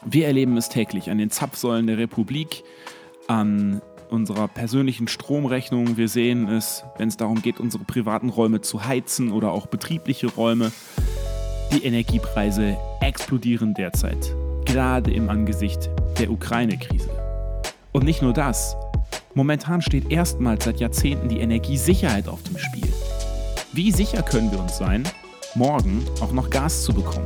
Wir erleben es täglich an den Zapfsäulen der Republik, an unserer persönlichen Stromrechnung. Wir sehen es, wenn es darum geht, unsere privaten Räume zu heizen oder auch betriebliche Räume. Die Energiepreise explodieren derzeit, gerade im Angesicht der Ukraine-Krise. Und nicht nur das. Momentan steht erstmals seit Jahrzehnten die Energiesicherheit auf dem Spiel. Wie sicher können wir uns sein, morgen auch noch Gas zu bekommen?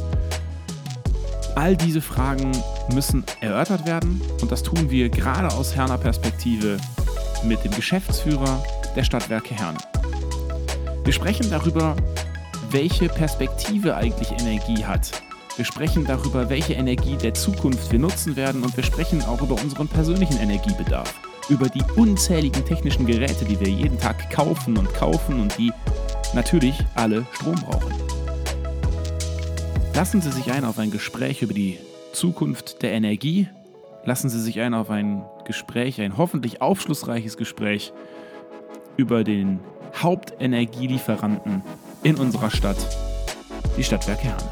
All diese Fragen müssen erörtert werden und das tun wir gerade aus Herner Perspektive mit dem Geschäftsführer der Stadtwerke Herne. Wir sprechen darüber, welche Perspektive eigentlich Energie hat. Wir sprechen darüber, welche Energie der Zukunft wir nutzen werden und wir sprechen auch über unseren persönlichen Energiebedarf, über die unzähligen technischen Geräte, die wir jeden Tag kaufen und die natürlich alle Strom brauchen. Lassen Sie sich ein auf ein Gespräch über die Zukunft der Energie. Lassen Sie sich ein auf ein Gespräch, ein hoffentlich aufschlussreiches Gespräch über den Hauptenergielieferanten in unserer Stadt, die Stadtwerke Herne.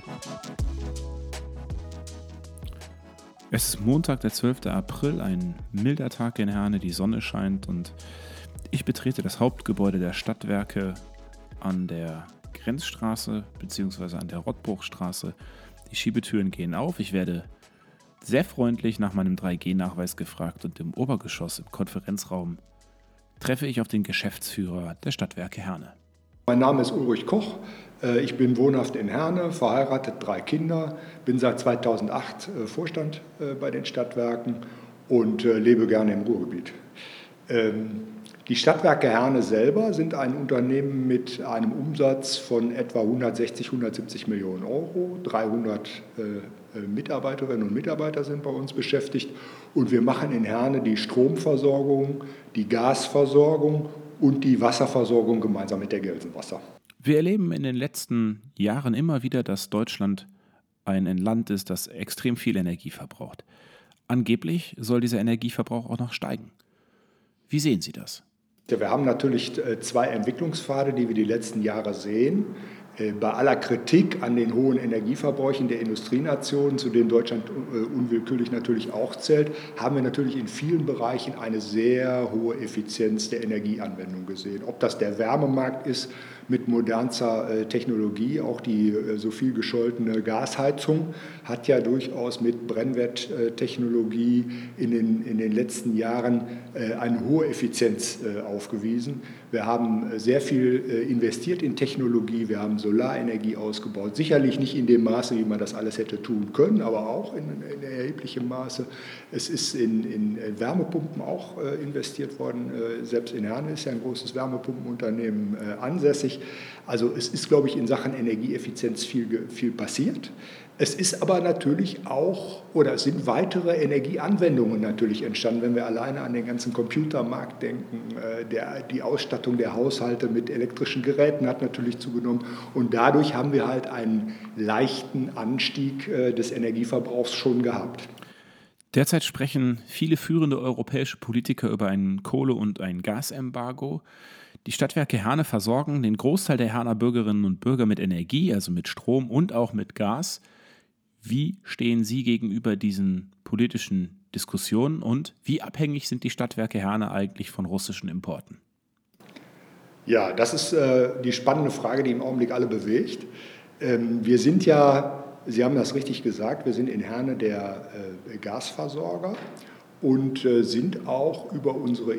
Es ist Montag, der 12. April, ein milder Tag in Herne, die Sonne scheint und ich betrete das Hauptgebäude der Stadtwerke an der Grenzstraße bzw. an der Rottbruchstraße. Die Schiebetüren gehen auf. Ich werde sehr freundlich nach meinem 3G-Nachweis gefragt und im Obergeschoss im Konferenzraum treffe ich auf den Geschäftsführer der Stadtwerke Herne. Mein Name ist Ulrich Koch. Ich bin wohnhaft in Herne, verheiratet, 3 Kinder, bin seit 2008 Vorstand bei den Stadtwerken und lebe gerne im Ruhrgebiet. Die Stadtwerke Herne selber sind ein Unternehmen mit einem Umsatz von etwa 160, 170 Millionen Euro. 300 Mitarbeiterinnen und Mitarbeiter sind bei uns beschäftigt. Und wir machen in Herne die Stromversorgung, die Gasversorgung und die Wasserversorgung gemeinsam mit der Gelsenwasser. Wir erleben in den letzten Jahren immer wieder, dass Deutschland ein Land ist, das extrem viel Energie verbraucht. Angeblich soll dieser Energieverbrauch auch noch steigen. Wie sehen Sie das? Ja, wir haben natürlich 2 Entwicklungspfade, die wir die letzten Jahre sehen. Bei aller Kritik an den hohen Energieverbräuchen der Industrienationen, zu denen Deutschland unwillkürlich natürlich auch zählt, haben wir natürlich in vielen Bereichen eine sehr hohe Effizienz der Energieanwendung gesehen. Ob das der Wärmemarkt ist mit modernster Technologie, auch die so viel gescholtene Gasheizung hat ja durchaus mit Brennwerttechnologie in den letzten Jahren eine hohe Effizienz aufgewiesen. Wir haben sehr viel investiert in Technologie, wir haben Solarenergie ausgebaut, sicherlich nicht in dem Maße, wie man das alles hätte tun können, aber auch in erheblichem Maße. Es ist in Wärmepumpen auch investiert worden, selbst in Herne ist ja ein großes Wärmepumpenunternehmen ansässig. Also es ist, glaube ich, in Sachen Energieeffizienz viel passiert. Es ist aber natürlich auch, oder es sind weitere Energieanwendungen natürlich entstanden, wenn wir alleine an den ganzen Computermarkt denken. Die Ausstattung der Haushalte mit elektrischen Geräten hat natürlich zugenommen und dadurch haben wir halt einen leichten Anstieg des Energieverbrauchs schon gehabt. Derzeit sprechen viele führende europäische Politiker über ein Kohle- und ein Gasembargo. Die Stadtwerke Herne versorgen den Großteil der Herner Bürgerinnen und Bürger mit Energie, also mit Strom und auch mit Gas. Wie stehen Sie gegenüber diesen politischen Diskussionen und wie abhängig sind die Stadtwerke Herne eigentlich von russischen Importen? Ja, das ist die spannende Frage, die im Augenblick alle bewegt. Wir sind ja, Sie haben das richtig gesagt, wir sind in Herne der Gasversorger und sind auch über unsere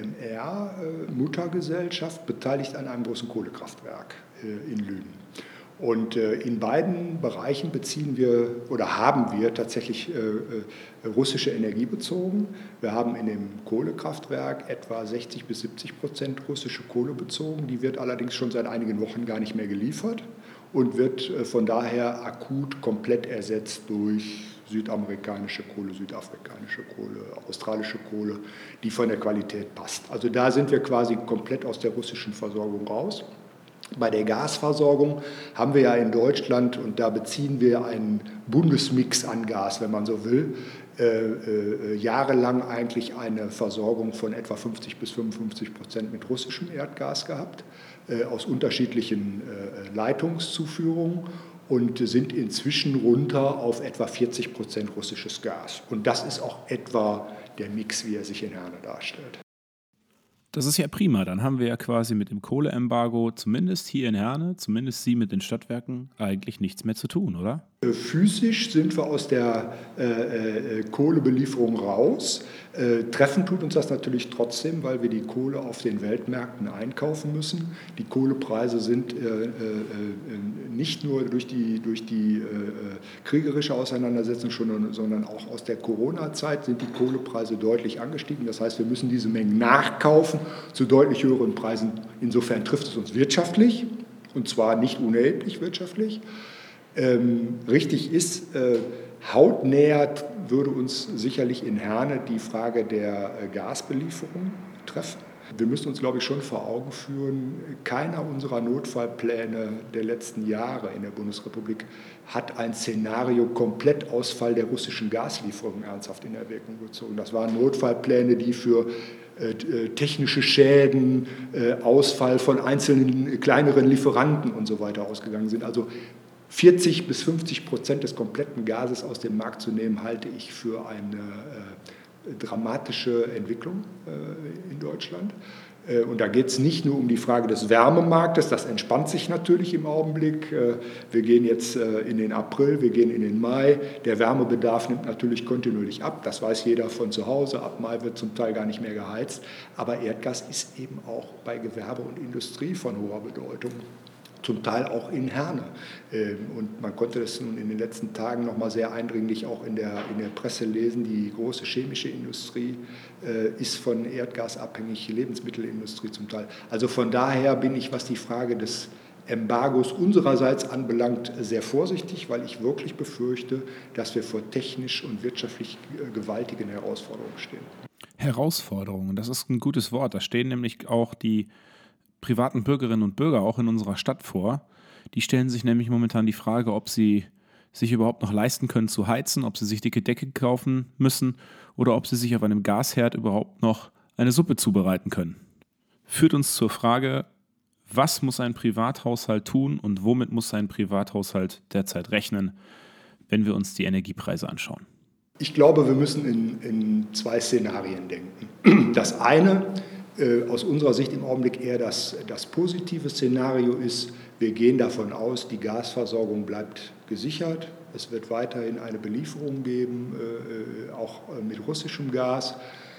EWMR-Muttergesellschaft beteiligt an einem großen Kohlekraftwerk in Lünen. Und in beiden Bereichen beziehen wir oder haben wir tatsächlich russische Energie bezogen. Wir haben in dem Kohlekraftwerk etwa 60-70% russische Kohle bezogen. Die wird allerdings schon seit einigen Wochen gar nicht mehr geliefert und wird von daher akut komplett ersetzt durch südamerikanische Kohle, südafrikanische Kohle, australische Kohle, die von der Qualität passt. Also da sind wir quasi komplett aus der russischen Versorgung raus. Bei der Gasversorgung haben wir ja in Deutschland, und da beziehen wir einen Bundesmix an Gas, wenn man so will, jahrelang eigentlich eine Versorgung von etwa 50-55% mit russischem Erdgas gehabt, aus unterschiedlichen Leitungszuführungen. und sind inzwischen runter auf etwa 40% russisches Gas. Und das ist auch etwa der Mix, wie er sich in Herne darstellt. Das ist ja prima. Dann haben wir ja quasi mit dem Kohleembargo, zumindest hier in Herne, zumindest Sie mit den Stadtwerken, eigentlich nichts mehr zu tun, oder? Physisch sind wir aus der Kohlebelieferung raus. Treffen tut uns das natürlich trotzdem, weil wir die Kohle auf den Weltmärkten einkaufen müssen. Die Kohlepreise sind nicht nur durch die kriegerische Auseinandersetzung schon, sondern auch aus der Corona-Zeit sind die Kohlepreise deutlich angestiegen. Das heißt, wir müssen diese Mengen nachkaufen zu deutlich höheren Preisen. Insofern trifft es uns wirtschaftlich, und zwar nicht unerheblich wirtschaftlich. Richtig ist, hautnäher würde uns sicherlich in Herne die Frage der Gasbelieferung treffen. Wir müssen uns, glaube ich, schon vor Augen führen, keiner unserer Notfallpläne der letzten Jahre in der Bundesrepublik hat ein Szenario Komplettausfall der russischen Gaslieferungen ernsthaft in Erwägung gezogen. Das waren Notfallpläne, die für technische Schäden, Ausfall von einzelnen kleineren Lieferanten und so weiter ausgegangen sind. Also 40-50% des kompletten Gases aus dem Markt zu nehmen, halte ich für eine dramatische Entwicklung in Deutschland. Und da geht es nicht nur um die Frage des Wärmemarktes, das entspannt sich natürlich im Augenblick. Wir gehen jetzt in den April, wir gehen in den Mai. Der Wärmebedarf nimmt natürlich kontinuierlich ab, das weiß jeder von zu Hause. Ab Mai wird zum Teil gar nicht mehr geheizt. Aber Erdgas ist eben auch bei Gewerbe und Industrie von hoher Bedeutung. Zum Teil auch in Herne. Und man konnte das nun in den letzten Tagen noch mal sehr eindringlich auch in der Presse lesen. Die große chemische Industrie ist von Erdgas abhängig, die Lebensmittelindustrie zum Teil. Also von daher bin ich, was die Frage des Embargos unsererseits anbelangt, sehr vorsichtig, weil ich wirklich befürchte, dass wir vor technisch und wirtschaftlich gewaltigen Herausforderungen stehen. Herausforderungen, das ist ein gutes Wort. Da stehen nämlich auch die privaten Bürgerinnen und Bürger auch in unserer Stadt vor. Die stellen sich nämlich momentan die Frage, ob sie sich überhaupt noch leisten können zu heizen, ob sie sich dicke Decke kaufen müssen oder ob sie sich auf einem Gasherd überhaupt noch eine Suppe zubereiten können. Führt uns zur Frage, was muss ein Privathaushalt tun und womit muss ein Privathaushalt derzeit rechnen, wenn wir uns die Energiepreise anschauen? Ich glaube, wir müssen in zwei Szenarien denken. Das eine, aus unserer Sicht im Augenblick eher das positive Szenario ist, wir gehen davon aus, die Gasversorgung bleibt gesichert. Es wird weiterhin eine Belieferung geben, auch mit russischem Gas.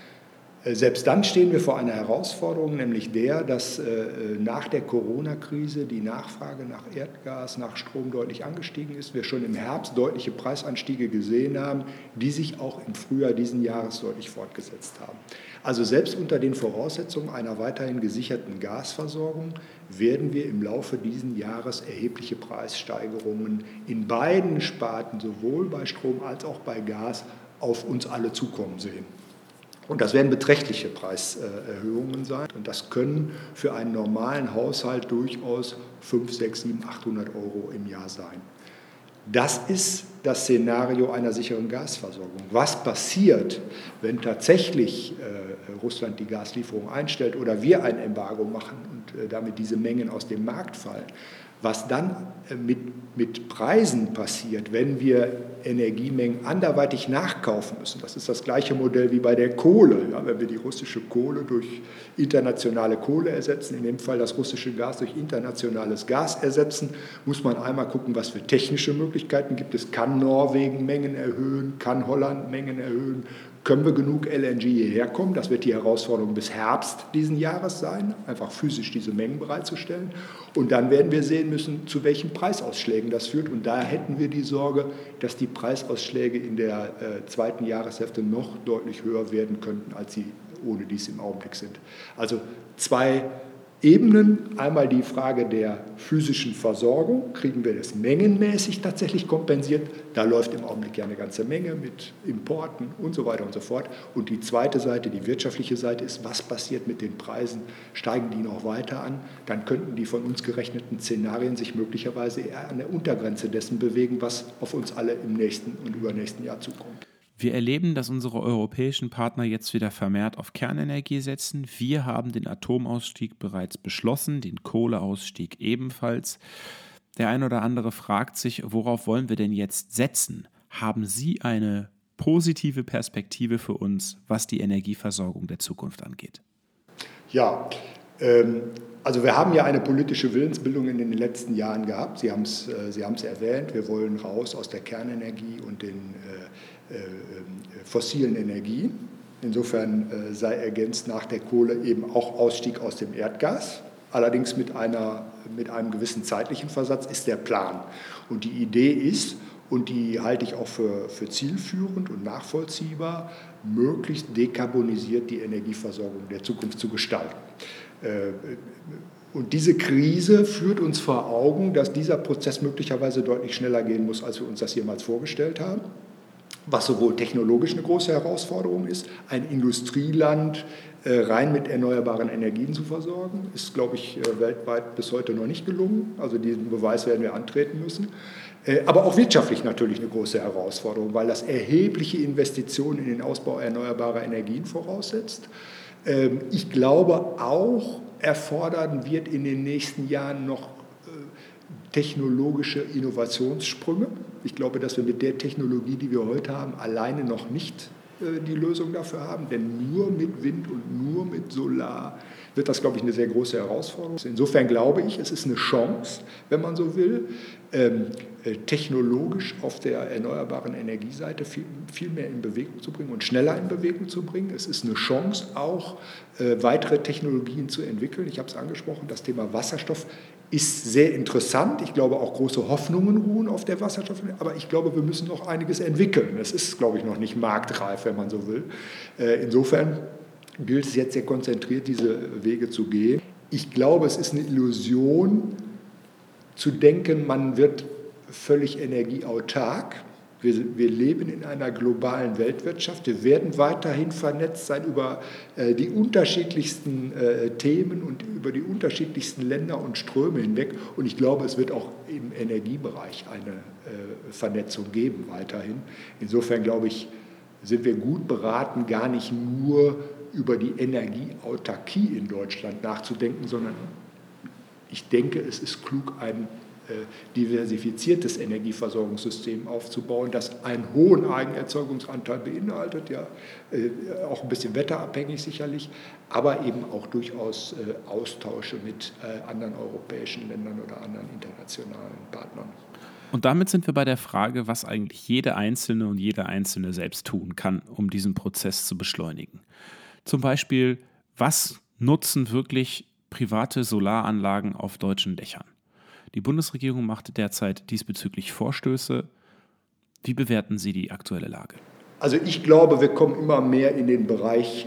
Selbst dann stehen wir vor einer Herausforderung, nämlich der, dass nach der Corona-Krise die Nachfrage nach Erdgas, nach Strom deutlich angestiegen ist. Wir schon im Herbst deutliche Preisanstiege gesehen haben, die sich auch im Frühjahr diesen Jahres deutlich fortgesetzt haben. Also selbst unter den Voraussetzungen einer weiterhin gesicherten Gasversorgung werden wir im Laufe dieses Jahres erhebliche Preissteigerungen in beiden Sparten, sowohl bei Strom als auch bei Gas, auf uns alle zukommen sehen. Und das werden beträchtliche Preiserhöhungen sein. Und das können für einen normalen Haushalt durchaus 5, 6, 7, 800 € im Jahr sein. Das ist das Szenario einer sicheren Gasversorgung. Was passiert, wenn tatsächlich Russland die Gaslieferung einstellt oder wir ein Embargo machen und damit diese Mengen aus dem Markt fallen? Was dann mit Preisen passiert, wenn wir Energiemengen anderweitig nachkaufen müssen. Das ist das gleiche Modell wie bei der Kohle. Ja, wenn wir die russische Kohle durch internationale Kohle ersetzen, in dem Fall das russische Gas durch internationales Gas ersetzen, muss man einmal gucken, was für technische Möglichkeiten gibt es. Kann Norwegen Mengen erhöhen? Kann Holland Mengen erhöhen? Können wir genug LNG hierher kommen? Das wird die Herausforderung bis Herbst diesen Jahres sein, einfach physisch diese Mengen bereitzustellen. Und dann werden wir sehen müssen, zu welchen Preisausschlägen das führt. Und da hätten wir die Sorge, dass die Preisausschläge in der zweiten Jahreshälfte noch deutlich höher werden könnten, als sie ohne dies im Augenblick sind. Also zwei Ebenen. Einmal die Frage der physischen Versorgung. Kriegen wir das mengenmäßig tatsächlich kompensiert? Da läuft im Augenblick ja eine ganze Menge mit Importen und so weiter und so fort. Und die zweite Seite, die wirtschaftliche Seite ist, was passiert mit den Preisen? Steigen die noch weiter an? Dann könnten die von uns gerechneten Szenarien sich möglicherweise eher an der Untergrenze dessen bewegen, was auf uns alle im nächsten und übernächsten Jahr zukommt. Wir erleben, dass unsere europäischen Partner jetzt wieder vermehrt auf Kernenergie setzen. Wir haben den Atomausstieg bereits beschlossen, den Kohleausstieg ebenfalls. Der ein oder andere fragt sich, worauf wollen wir denn jetzt setzen? Haben Sie eine positive Perspektive für uns, was die Energieversorgung der Zukunft angeht? Ja, also wir haben ja eine politische Willensbildung in den letzten Jahren gehabt. Sie haben es erwähnt, wir wollen raus aus der Kernenergie und den fossilen Energien. Insofern sei ergänzt nach der Kohle eben auch Ausstieg aus dem Erdgas. Allerdings mit einem gewissen zeitlichen Versatz ist der Plan. Und die Idee ist, und die halte ich auch für zielführend und nachvollziehbar, möglichst dekarbonisiert die Energieversorgung der Zukunft zu gestalten. Und diese Krise führt uns vor Augen, dass dieser Prozess möglicherweise deutlich schneller gehen muss, als wir uns das jemals vorgestellt haben. Was sowohl technologisch eine große Herausforderung ist, ein Industrieland rein mit erneuerbaren Energien zu versorgen, ist, glaube ich, weltweit bis heute noch nicht gelungen. Also diesen Beweis werden wir antreten müssen. Aber auch wirtschaftlich natürlich eine große Herausforderung, weil das erhebliche Investitionen in den Ausbau erneuerbarer Energien voraussetzt. Ich glaube auch, erfordern wird in den nächsten Jahren noch technologische Innovationssprünge. Ich glaube, dass wir mit der Technologie, die wir heute haben, alleine noch nicht die Lösung dafür haben, denn nur mit Wind und nur mit Solar wird das, glaube ich, eine sehr große Herausforderung. Insofern glaube ich, es ist eine Chance, wenn man so will, technologisch auf der erneuerbaren Energieseite viel mehr in Bewegung zu bringen und schneller in Bewegung zu bringen. Es ist eine Chance, auch weitere Technologien zu entwickeln. Ich habe es angesprochen, das Thema Wasserstoff ist sehr interessant. Ich glaube, auch große Hoffnungen ruhen auf der Wasserstoff. Aber ich glaube, wir müssen noch einiges entwickeln. Es ist, glaube ich, noch nicht marktreif, wenn man so will. Insofern gilt es jetzt sehr konzentriert, diese Wege zu gehen. Ich glaube, es ist eine Illusion zu denken, man wird völlig energieautark. Wir leben in einer globalen Weltwirtschaft. Wir werden weiterhin vernetzt sein über die unterschiedlichsten Themen und über die unterschiedlichsten Länder und Ströme hinweg. Und ich glaube, es wird auch im Energiebereich eine Vernetzung geben weiterhin. Insofern glaube ich, sind wir gut beraten, gar nicht nur über die Energieautarkie in Deutschland nachzudenken, sondern ich denke, es ist klug, ein diversifiziertes Energieversorgungssystem aufzubauen, das einen hohen Eigenerzeugungsanteil beinhaltet, ja, auch ein bisschen wetterabhängig sicherlich, aber eben auch durchaus Austausche mit anderen europäischen Ländern oder anderen internationalen Partnern. Und damit sind wir bei der Frage, was eigentlich jede Einzelne und jeder Einzelne selbst tun kann, um diesen Prozess zu beschleunigen. Zum Beispiel, was nutzen wirklich private Solaranlagen auf deutschen Dächern? Die Bundesregierung macht derzeit diesbezüglich Vorstöße. Wie bewerten Sie die aktuelle Lage? Also ich glaube, wir kommen immer mehr in den Bereich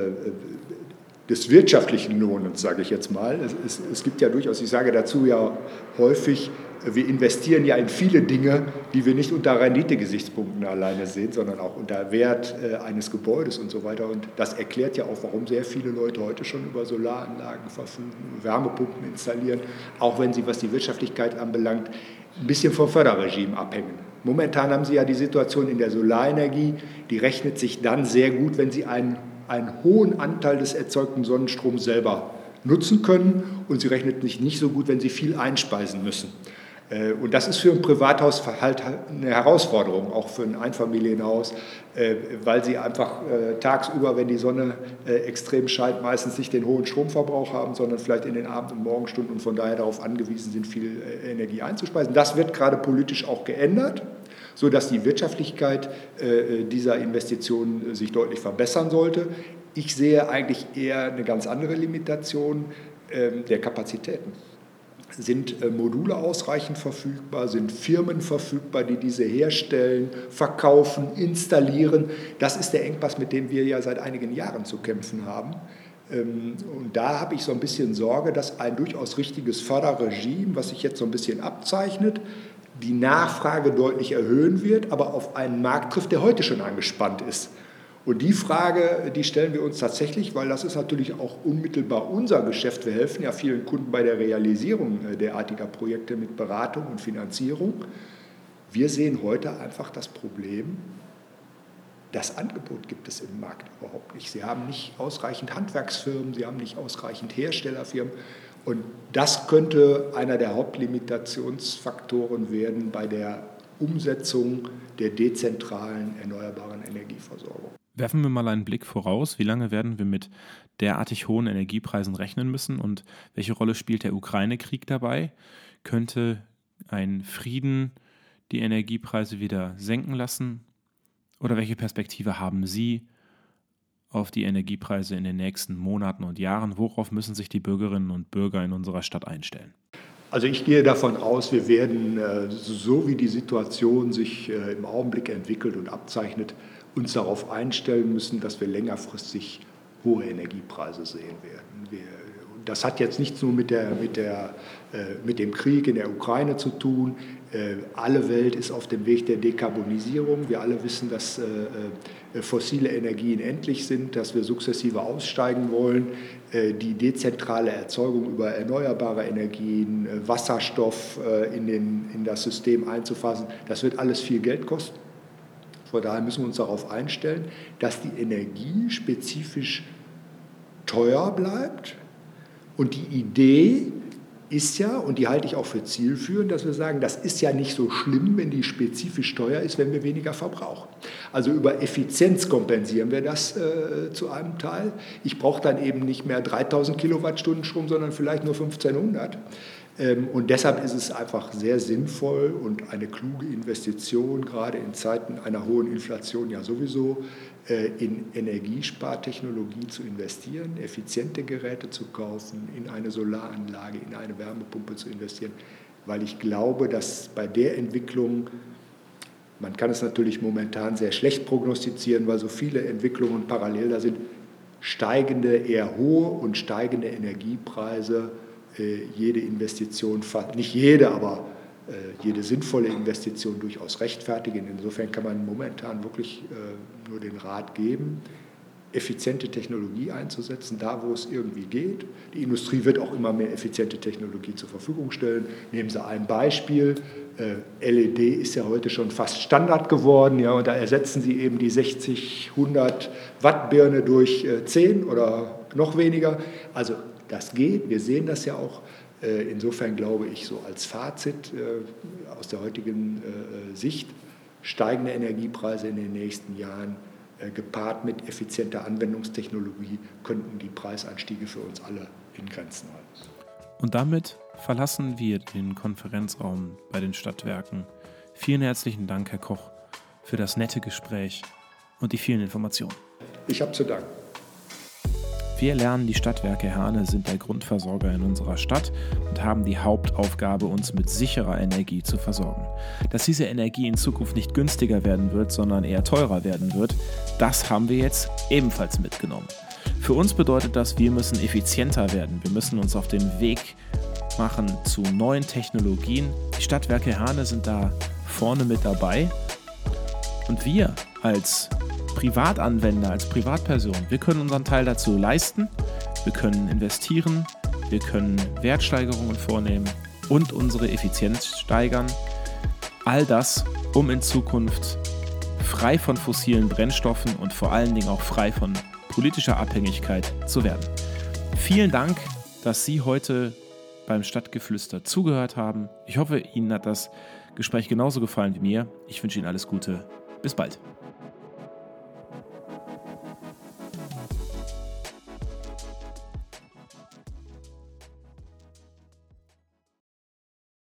des wirtschaftlichen Lohnens, sage ich jetzt mal. Es gibt ja durchaus, ich sage dazu ja häufig, wir investieren ja in viele Dinge, die wir nicht unter Rendite-Gesichtspunkten alleine sehen, sondern auch unter Wert eines Gebäudes und so weiter. Und das erklärt ja auch, warum sehr viele Leute heute schon über Solaranlagen verfügen, Wärmepumpen installieren, auch wenn sie, was die Wirtschaftlichkeit anbelangt, ein bisschen vom Förderregime abhängen. Momentan haben Sie ja die Situation in der Solarenergie, die rechnet sich dann sehr gut, wenn Sie einen hohen Anteil des erzeugten Sonnenstroms selber nutzen können, und sie rechnet sich nicht so gut, wenn Sie viel einspeisen müssen. Und das ist für ein Privathaushalt eine Herausforderung, auch für ein Einfamilienhaus, weil sie einfach tagsüber, wenn die Sonne extrem scheint, meistens nicht den hohen Stromverbrauch haben, sondern vielleicht in den Abend- und Morgenstunden und von daher darauf angewiesen sind, viel Energie einzuspeisen. Das wird gerade politisch auch geändert, sodass die Wirtschaftlichkeit dieser Investitionen sich deutlich verbessern sollte. Ich sehe eigentlich eher eine ganz andere Limitation der Kapazitäten. Sind Module ausreichend verfügbar? Sind Firmen verfügbar, die diese herstellen, verkaufen, installieren? Das ist der Engpass, mit dem wir ja seit einigen Jahren zu kämpfen haben. Und da habe ich so ein bisschen Sorge, dass ein durchaus richtiges Förderregime, was sich jetzt so ein bisschen abzeichnet, die Nachfrage deutlich erhöhen wird, aber auf einen Markt trifft, der heute schon angespannt ist. Und die Frage, die stellen wir uns tatsächlich, weil das ist natürlich auch unmittelbar unser Geschäft. Wir helfen ja vielen Kunden bei der Realisierung derartiger Projekte mit Beratung und Finanzierung. Wir sehen heute einfach das Problem, das Angebot gibt es im Markt überhaupt nicht. Sie haben nicht ausreichend Handwerksfirmen, Sie haben nicht ausreichend Herstellerfirmen. Und das könnte einer der Hauptlimitationsfaktoren werden bei der Umsetzung der dezentralen erneuerbaren Energieversorgung. Werfen wir mal einen Blick voraus. Wie lange werden wir mit derartig hohen Energiepreisen rechnen müssen und welche Rolle spielt der Ukraine-Krieg dabei? Könnte ein Frieden die Energiepreise wieder senken lassen? Oder welche Perspektive haben Sie auf die Energiepreise in den nächsten Monaten und Jahren? Worauf müssen sich die Bürgerinnen und Bürger in unserer Stadt einstellen? Also ich gehe davon aus, wir werden, so wie die Situation sich im Augenblick entwickelt und abzeichnet, uns darauf einstellen müssen, dass wir längerfristig hohe Energiepreise sehen werden. Das hat jetzt nichts nur mit dem Krieg in der Ukraine zu tun. Alle Welt ist auf dem Weg der Dekarbonisierung. Wir alle wissen, dass fossile Energien endlich sind, dass wir sukzessive aussteigen wollen. Die dezentrale Erzeugung über erneuerbare Energien, Wasserstoff in das System einzufassen, das wird alles viel Geld kosten. Von daher müssen wir uns darauf einstellen, dass die Energie spezifisch teuer bleibt. Und die Idee ist ja, und die halte ich auch für zielführend, dass wir sagen, das ist ja nicht so schlimm, wenn die spezifisch teuer ist, wenn wir weniger verbrauchen. Also über Effizienz kompensieren wir das zu einem Teil. Ich brauche dann eben nicht mehr 3000 Kilowattstunden Strom, sondern vielleicht nur 1500. Und deshalb ist es einfach sehr sinnvoll und eine kluge Investition, gerade in Zeiten einer hohen Inflation ja sowieso, in Energiespartechnologie zu investieren, effiziente Geräte zu kaufen, in eine Solaranlage, in eine Wärmepumpe zu investieren, weil ich glaube, dass bei der Entwicklung, man kann es natürlich momentan sehr schlecht prognostizieren, weil so viele Entwicklungen parallel da sind, steigende, eher hohe und steigende Energiepreise jede Investition, nicht jede, aber jede sinnvolle Investition durchaus rechtfertigen. Insofern kann man momentan wirklich nur den Rat geben, effiziente Technologie einzusetzen, da wo es irgendwie geht. Die Industrie wird auch immer mehr effiziente Technologie zur Verfügung stellen. Nehmen Sie ein Beispiel. LED ist ja heute schon fast Standard geworden, ja, und da ersetzen Sie eben die 60, 100 Watt Birne durch 10 oder noch weniger. Also das geht, wir sehen das ja auch. Insofern glaube ich, so als Fazit aus der heutigen Sicht, steigende Energiepreise in den nächsten Jahren gepaart mit effizienter Anwendungstechnologie könnten die Preisanstiege für uns alle in Grenzen halten. Und damit verlassen wir den Konferenzraum bei den Stadtwerken. Vielen herzlichen Dank, Herr Koch, für das nette Gespräch und die vielen Informationen. Ich habe zu danken. Wir lernen, die Stadtwerke Herne sind der Grundversorger in unserer Stadt und haben die Hauptaufgabe, uns mit sicherer Energie zu versorgen. Dass diese Energie in Zukunft nicht günstiger werden wird, sondern eher teurer werden wird, das haben wir jetzt ebenfalls mitgenommen. Für uns bedeutet das, wir müssen effizienter werden. Wir müssen uns auf den Weg machen zu neuen Technologien. Die Stadtwerke Herne sind da vorne mit dabei. Und wir als Privatanwender, als Privatperson, wir können unseren Teil dazu leisten, wir können investieren, wir können Wertsteigerungen vornehmen und unsere Effizienz steigern. All das, um in Zukunft frei von fossilen Brennstoffen und vor allen Dingen auch frei von politischer Abhängigkeit zu werden. Vielen Dank, dass Sie heute beim Stadtgeflüster zugehört haben. Ich hoffe, Ihnen hat das Gespräch genauso gefallen wie mir. Ich wünsche Ihnen alles Gute. Bis bald.